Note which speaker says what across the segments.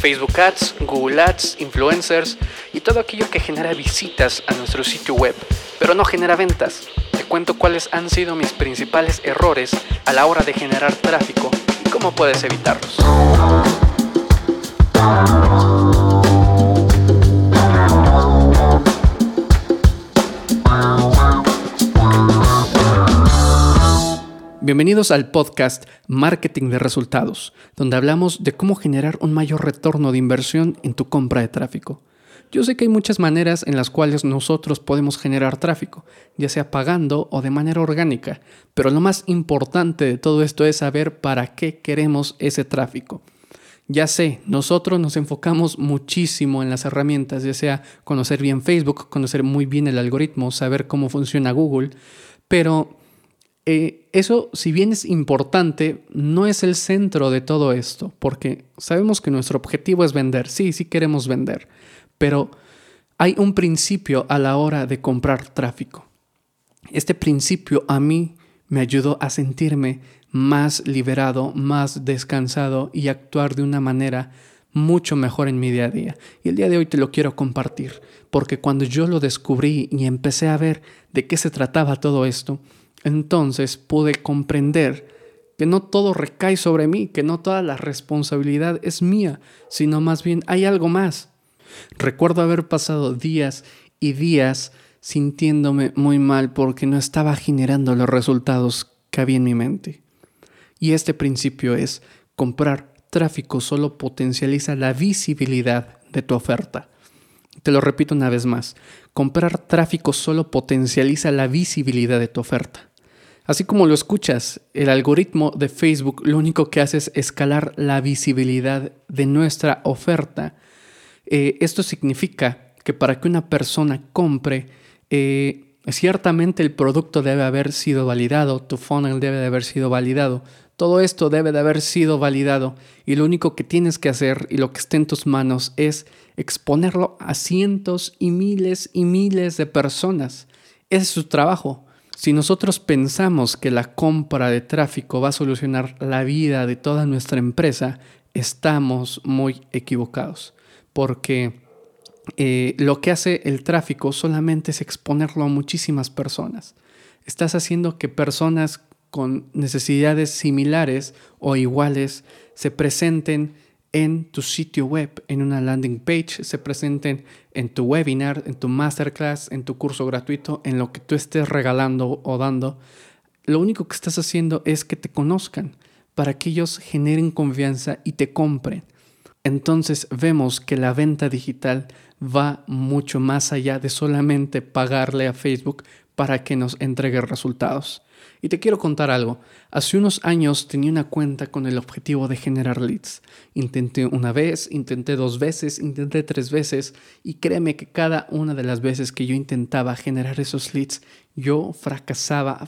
Speaker 1: Facebook Ads, Google Ads, influencers y todo aquello que genera visitas a nuestro sitio web, pero no genera ventas. Te cuento cuáles han sido mis principales errores a la hora de generar tráfico y cómo puedes evitarlos. Bienvenidos al podcast Marketing de Resultados, donde hablamos de cómo generar un mayor retorno de inversión en tu compra de tráfico. Yo sé que hay muchas maneras en las cuales nosotros podemos generar tráfico, ya sea pagando o de manera orgánica, pero lo más importante de todo esto es saber para qué queremos ese tráfico. Ya sé, nosotros nos enfocamos muchísimo en las herramientas, ya sea conocer bien Facebook, conocer muy bien el algoritmo, saber cómo funciona Google, pero eso, si bien es importante, no es el centro de todo esto, porque sabemos que nuestro objetivo es vender, sí queremos vender, pero hay un principio a la hora de comprar tráfico. Este principio a mí me ayudó a sentirme más liberado, más descansado y actuar de una manera mucho mejor en mi día a día. Y el día de hoy te lo quiero compartir, porque cuando yo lo descubrí y empecé a ver de qué se trataba todo esto, entonces pude comprender que no todo recae sobre mí, que no toda la responsabilidad es mía, sino más bien hay algo más. Recuerdo haber pasado días y días sintiéndome muy mal porque no estaba generando los resultados que había en mi mente. Y este principio es: comprar tráfico solo potencializa la visibilidad de tu oferta. Te lo repito una vez más: comprar tráfico solo potencializa la visibilidad de tu oferta. Así como lo escuchas, el algoritmo de Facebook lo único que hace es escalar la visibilidad de nuestra oferta. Esto significa que para que una persona compre, ciertamente el producto debe haber sido validado, tu funnel debe de haber sido validado, todo esto debe de haber sido validado y lo único que tienes que hacer y lo que esté en tus manos es exponerlo a cientos y miles de personas. Ese es su trabajo. Si nosotros pensamos que la compra de tráfico va a solucionar la vida de toda nuestra empresa, estamos muy equivocados, porque lo que hace el tráfico solamente es exponerlo a muchísimas personas. Estás haciendo que personas con necesidades similares o iguales se presenten en tu sitio web, en una landing page, se presenten en tu webinar, en tu masterclass, en tu curso gratuito, en lo que tú estés regalando o dando. Lo único que estás haciendo es que te conozcan para que ellos generen confianza y te compren. Entonces vemos que la venta digital va mucho más allá de solamente pagarle a Facebook para que nos entregue resultados. Y te quiero contar algo. Hace unos años tenía una cuenta con el objetivo de generar leads. Intenté una vez, intenté 2 veces, intenté 3 veces y créeme que cada una de las veces que yo intentaba generar esos leads, yo fracasaba.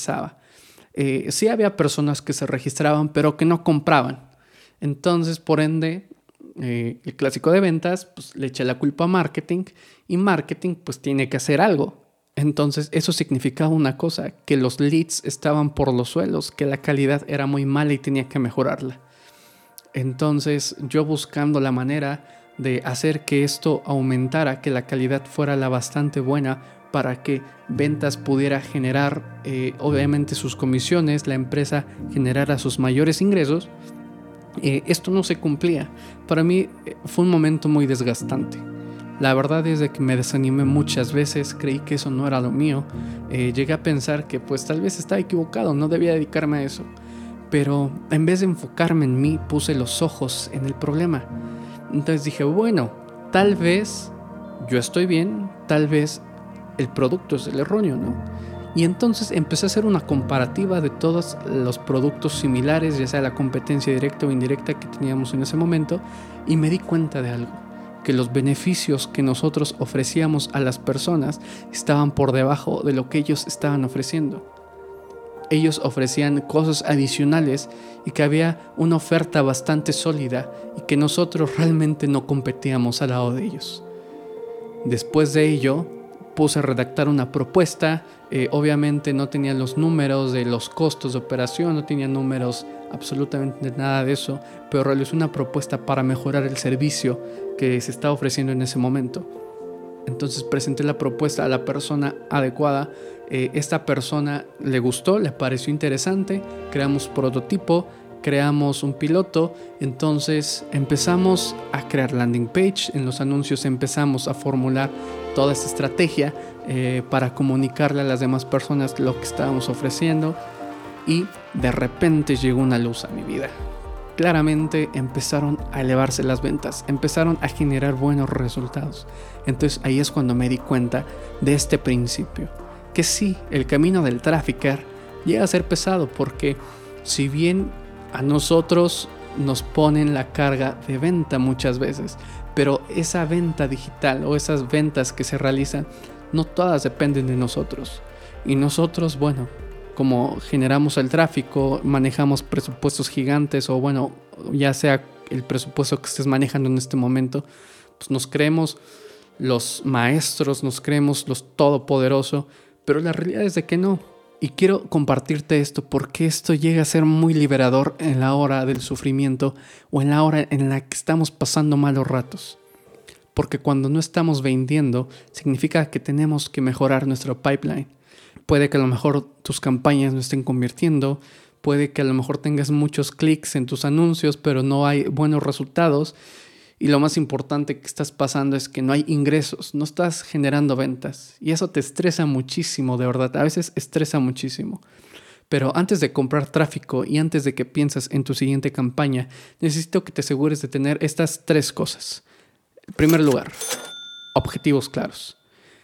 Speaker 1: Sí había personas que se registraban pero que no compraban. Entonces, por ende, el clásico de ventas, pues le eché la culpa a marketing y marketing pues tiene que hacer algo. Entonces eso significaba una cosa, que los leads estaban por los suelos, que la calidad era muy mala y tenía que mejorarla. Entonces yo buscando la manera de hacer que esto aumentara, que la calidad fuera la bastante buena para que ventas pudiera generar obviamente sus comisiones, la empresa generara sus mayores ingresos, esto no se cumplía. Para mí fue un momento muy desgastante. La verdad es de que me desanimé muchas veces, creí que eso no era lo mío, llegué a pensar que pues tal vez estaba equivocado, no debía dedicarme a eso, pero en vez de enfocarme en mí, puse los ojos en el problema. Entonces dije, bueno, tal vez yo estoy bien, tal vez el producto es el erróneo, ¿no? Y entonces empecé a hacer una comparativa de todos los productos similares, ya sea la competencia directa o indirecta que teníamos en ese momento, y me di cuenta de algo: que los beneficios que nosotros ofrecíamos a las personas estaban por debajo de lo que ellos estaban ofreciendo. Ellos ofrecían cosas adicionales y que había una oferta bastante sólida y que nosotros realmente no competíamos al lado de ellos. Después de ello, puse a redactar una propuesta. Obviamente no tenía los números de los costos de operación, no tenía números absolutamente nada de eso, pero realicé una propuesta para mejorar el servicio que se estaba ofreciendo en ese momento. Entonces presenté la propuesta a la persona adecuada. Esta persona le gustó, le pareció interesante, creamos prototipo, creamos un piloto, entonces empezamos a crear landing page, en los anuncios empezamos a formular toda esta estrategia para comunicarle a las demás personas lo que estábamos ofreciendo, y de repente llegó una luz a mi vida. Claramente empezaron a elevarse las ventas, empezaron a generar buenos resultados. Entonces ahí es cuando me di cuenta de este principio, que sí, el camino del trafficker llega a ser pesado, porque si bien a nosotros nos ponen la carga de venta muchas veces, pero esa venta digital o esas ventas que se realizan, no todas dependen de nosotros. Y nosotros, bueno, como generamos el tráfico, manejamos presupuestos gigantes, o bueno, ya sea el presupuesto que estés manejando en este momento, pues nos creemos los maestros, nos creemos los todopoderosos, pero la realidad es de que no. Y quiero compartirte esto porque esto llega a ser muy liberador en la hora del sufrimiento o en la hora en la que estamos pasando malos ratos. Porque cuando no estamos vendiendo, significa que tenemos que mejorar nuestro pipeline. Puede que a lo mejor tus campañas no estén convirtiendo, puede que a lo mejor tengas muchos clics en tus anuncios, pero no hay buenos resultados. Y lo más importante que estás pasando es que no hay ingresos, no estás generando ventas. Y eso te estresa muchísimo, de verdad. A veces estresa muchísimo. Pero antes de comprar tráfico y antes de que pienses en tu siguiente campaña, necesito que te asegures de tener estas 3 cosas. En primer lugar, objetivos claros.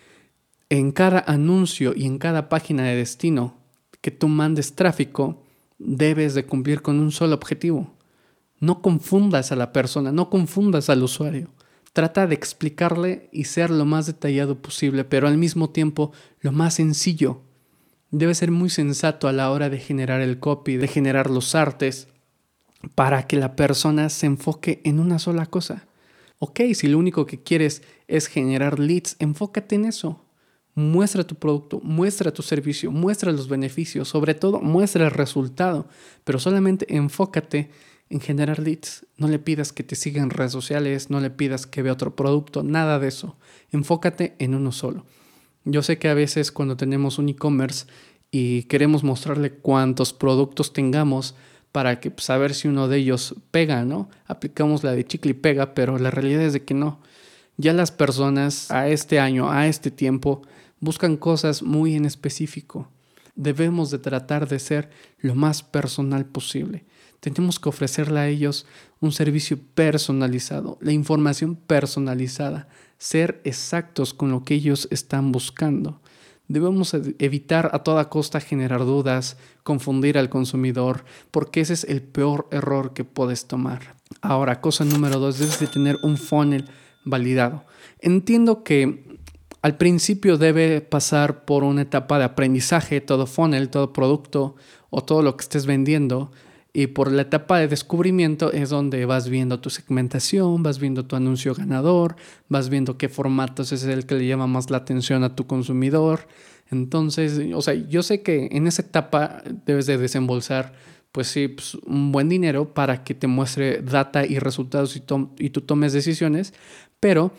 Speaker 1: En cada anuncio y en cada página de destino que tú mandes tráfico, debes de cumplir con un solo objetivo. No confundas a la persona, no confundas al usuario. Trata de explicarle y ser lo más detallado posible, pero al mismo tiempo lo más sencillo. Debes ser muy sensato a la hora de generar el copy, de generar los artes, para que la persona se enfoque en una sola cosa. Ok, si lo único que quieres es generar leads, enfócate en eso. Muestra tu producto, muestra tu servicio, muestra los beneficios, sobre todo muestra el resultado, pero solamente enfócate en generar leads. No le pidas que te siga en redes sociales, no le pidas que vea otro producto, nada de eso. Enfócate en uno solo. Yo sé que a veces cuando tenemos un e-commerce y queremos mostrarle cuántos productos tengamos para que saber si uno de ellos pega, ¿no? Aplicamos la de chicle y pega, pero la realidad es de que no. Ya las personas a este año, a este tiempo, buscan cosas muy en específico. Debemos de tratar de ser lo más personal posible. Tenemos que ofrecerle a ellos un servicio personalizado, la información personalizada, ser exactos con lo que ellos están buscando. Debemos evitar a toda costa generar dudas, confundir al consumidor, porque ese es el peor error que puedes tomar. Ahora, cosa número 2, debes de tener un funnel validado. Entiendo que al principio debe pasar por una etapa de aprendizaje, todo funnel, todo producto o todo lo que estés vendiendo. Y por la etapa de descubrimiento es donde vas viendo tu segmentación, vas viendo tu anuncio ganador, vas viendo qué formatos es el que le llama más la atención a tu consumidor. Entonces, yo sé que en esa etapa debes de desembolsar, pues un buen dinero para que te muestre data y resultados y tú tomes decisiones, pero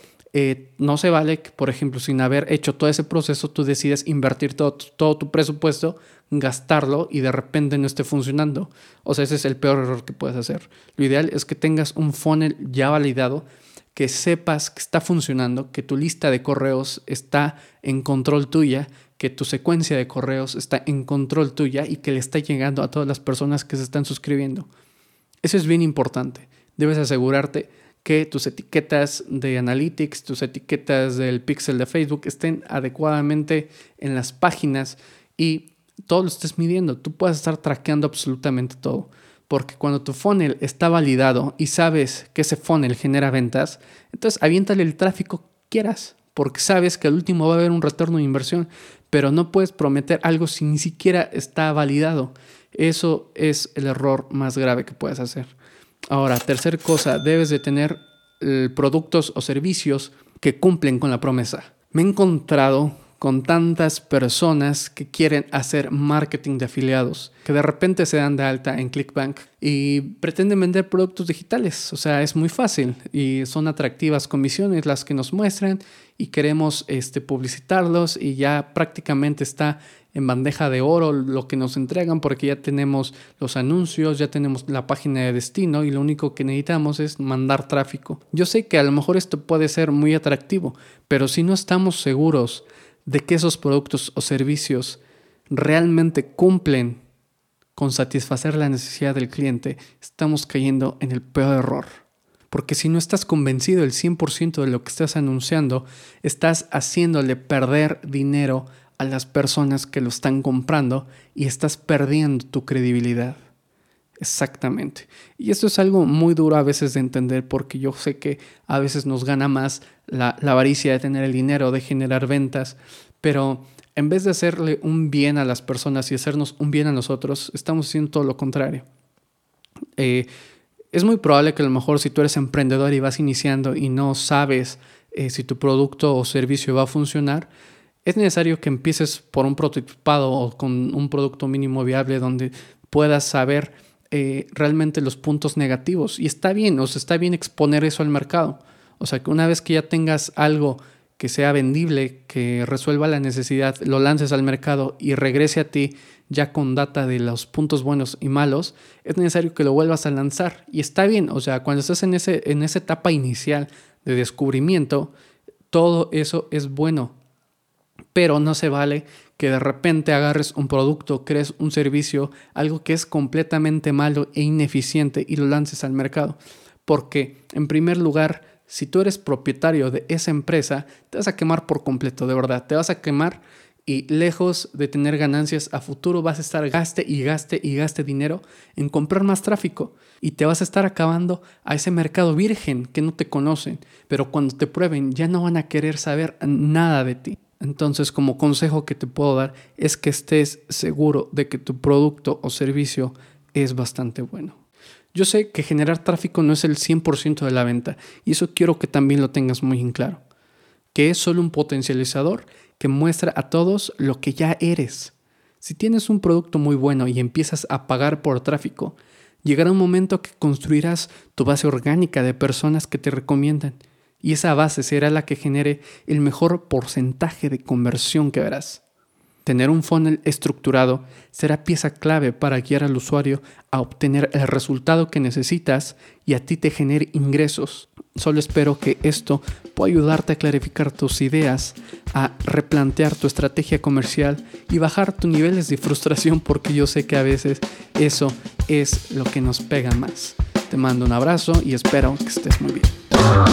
Speaker 1: no se vale que, por ejemplo, sin haber hecho todo ese proceso, tú decides invertir todo tu presupuesto, gastarlo y de repente no esté funcionando. Ese es el peor error que puedes hacer. Lo ideal es que tengas un funnel ya validado, que sepas que está funcionando, que tu lista de correos está en control tuya, que tu secuencia de correos está en control tuya y que le está llegando a todas las personas que se están suscribiendo. Eso es bien importante. Debes asegurarte que tus etiquetas de Analytics, tus etiquetas del pixel de Facebook estén adecuadamente en las páginas y todo lo estés midiendo. Tú puedes estar traqueando absolutamente todo. Porque cuando tu funnel está validado y sabes que ese funnel genera ventas, entonces aviéntale el tráfico que quieras. Porque sabes que al último va a haber un retorno de inversión. Pero no puedes prometer algo si ni siquiera está validado. Eso es el error más grave que puedes hacer. Ahora, tercer cosa, debes de tener productos o servicios que cumplen con la promesa. Me he encontrado con tantas personas que quieren hacer marketing de afiliados, que de repente se dan de alta en ClickBank y pretenden vender productos digitales. O sea, es muy fácil y son atractivas comisiones las que nos muestran y queremos publicitarlos y ya prácticamente está en bandeja de oro lo que nos entregan porque ya tenemos los anuncios, ya tenemos la página de destino y lo único que necesitamos es mandar tráfico. Yo sé que a lo mejor esto puede ser muy atractivo, pero si no estamos seguros de que esos productos o servicios realmente cumplen con satisfacer la necesidad del cliente, estamos cayendo en el peor error. Porque si no estás convencido del 100% de lo que estás anunciando, estás haciéndole perder dinero a las personas que lo están comprando y estás perdiendo tu credibilidad. Exactamente. Y esto es algo muy duro a veces de entender porque yo sé que a veces nos gana más la avaricia de tener el dinero, de generar ventas, pero en vez de hacerle un bien a las personas y hacernos un bien a nosotros, estamos haciendo todo lo contrario. Es muy probable que a lo mejor si tú eres emprendedor y vas iniciando y no sabes si tu producto o servicio va a funcionar, es necesario que empieces por un prototipado o con un producto mínimo viable donde puedas saber realmente los puntos negativos. Y está bien, está bien exponer eso al mercado. O sea, que una vez que ya tengas algo que sea vendible, que resuelva la necesidad, lo lances al mercado y regrese a ti ya con data de los puntos buenos y malos, es necesario que lo vuelvas a lanzar. Y está bien, o sea, cuando estás en esa etapa inicial de descubrimiento, todo eso es bueno. Pero no se vale que de repente agarres un producto, crees un servicio, algo que es completamente malo e ineficiente y lo lances al mercado. Porque, en primer lugar, si tú eres propietario de esa empresa, te vas a quemar por completo, de verdad. Te vas a quemar y lejos de tener ganancias a futuro vas a estar gaste dinero en comprar más tráfico. Y te vas a estar acabando a ese mercado virgen que no te conocen. Pero cuando te prueben ya no van a querer saber nada de ti. Entonces, como consejo que te puedo dar es que estés seguro de que tu producto o servicio es bastante bueno. Yo sé que generar tráfico no es el 100% de la venta y eso quiero que también lo tengas muy en claro, que es solo un potencializador que muestra a todos lo que ya eres. Si tienes un producto muy bueno y empiezas a pagar por tráfico, llegará un momento que construirás tu base orgánica de personas que te recomiendan y esa base será la que genere el mejor porcentaje de conversión que verás. Tener un funnel estructurado será pieza clave para guiar al usuario a obtener el resultado que necesitas y a ti te genere ingresos. Solo espero que esto pueda ayudarte a clarificar tus ideas, a replantear tu estrategia comercial y bajar tus niveles de frustración porque yo sé que a veces eso es lo que nos pega más. Te mando un abrazo y espero que estés muy bien.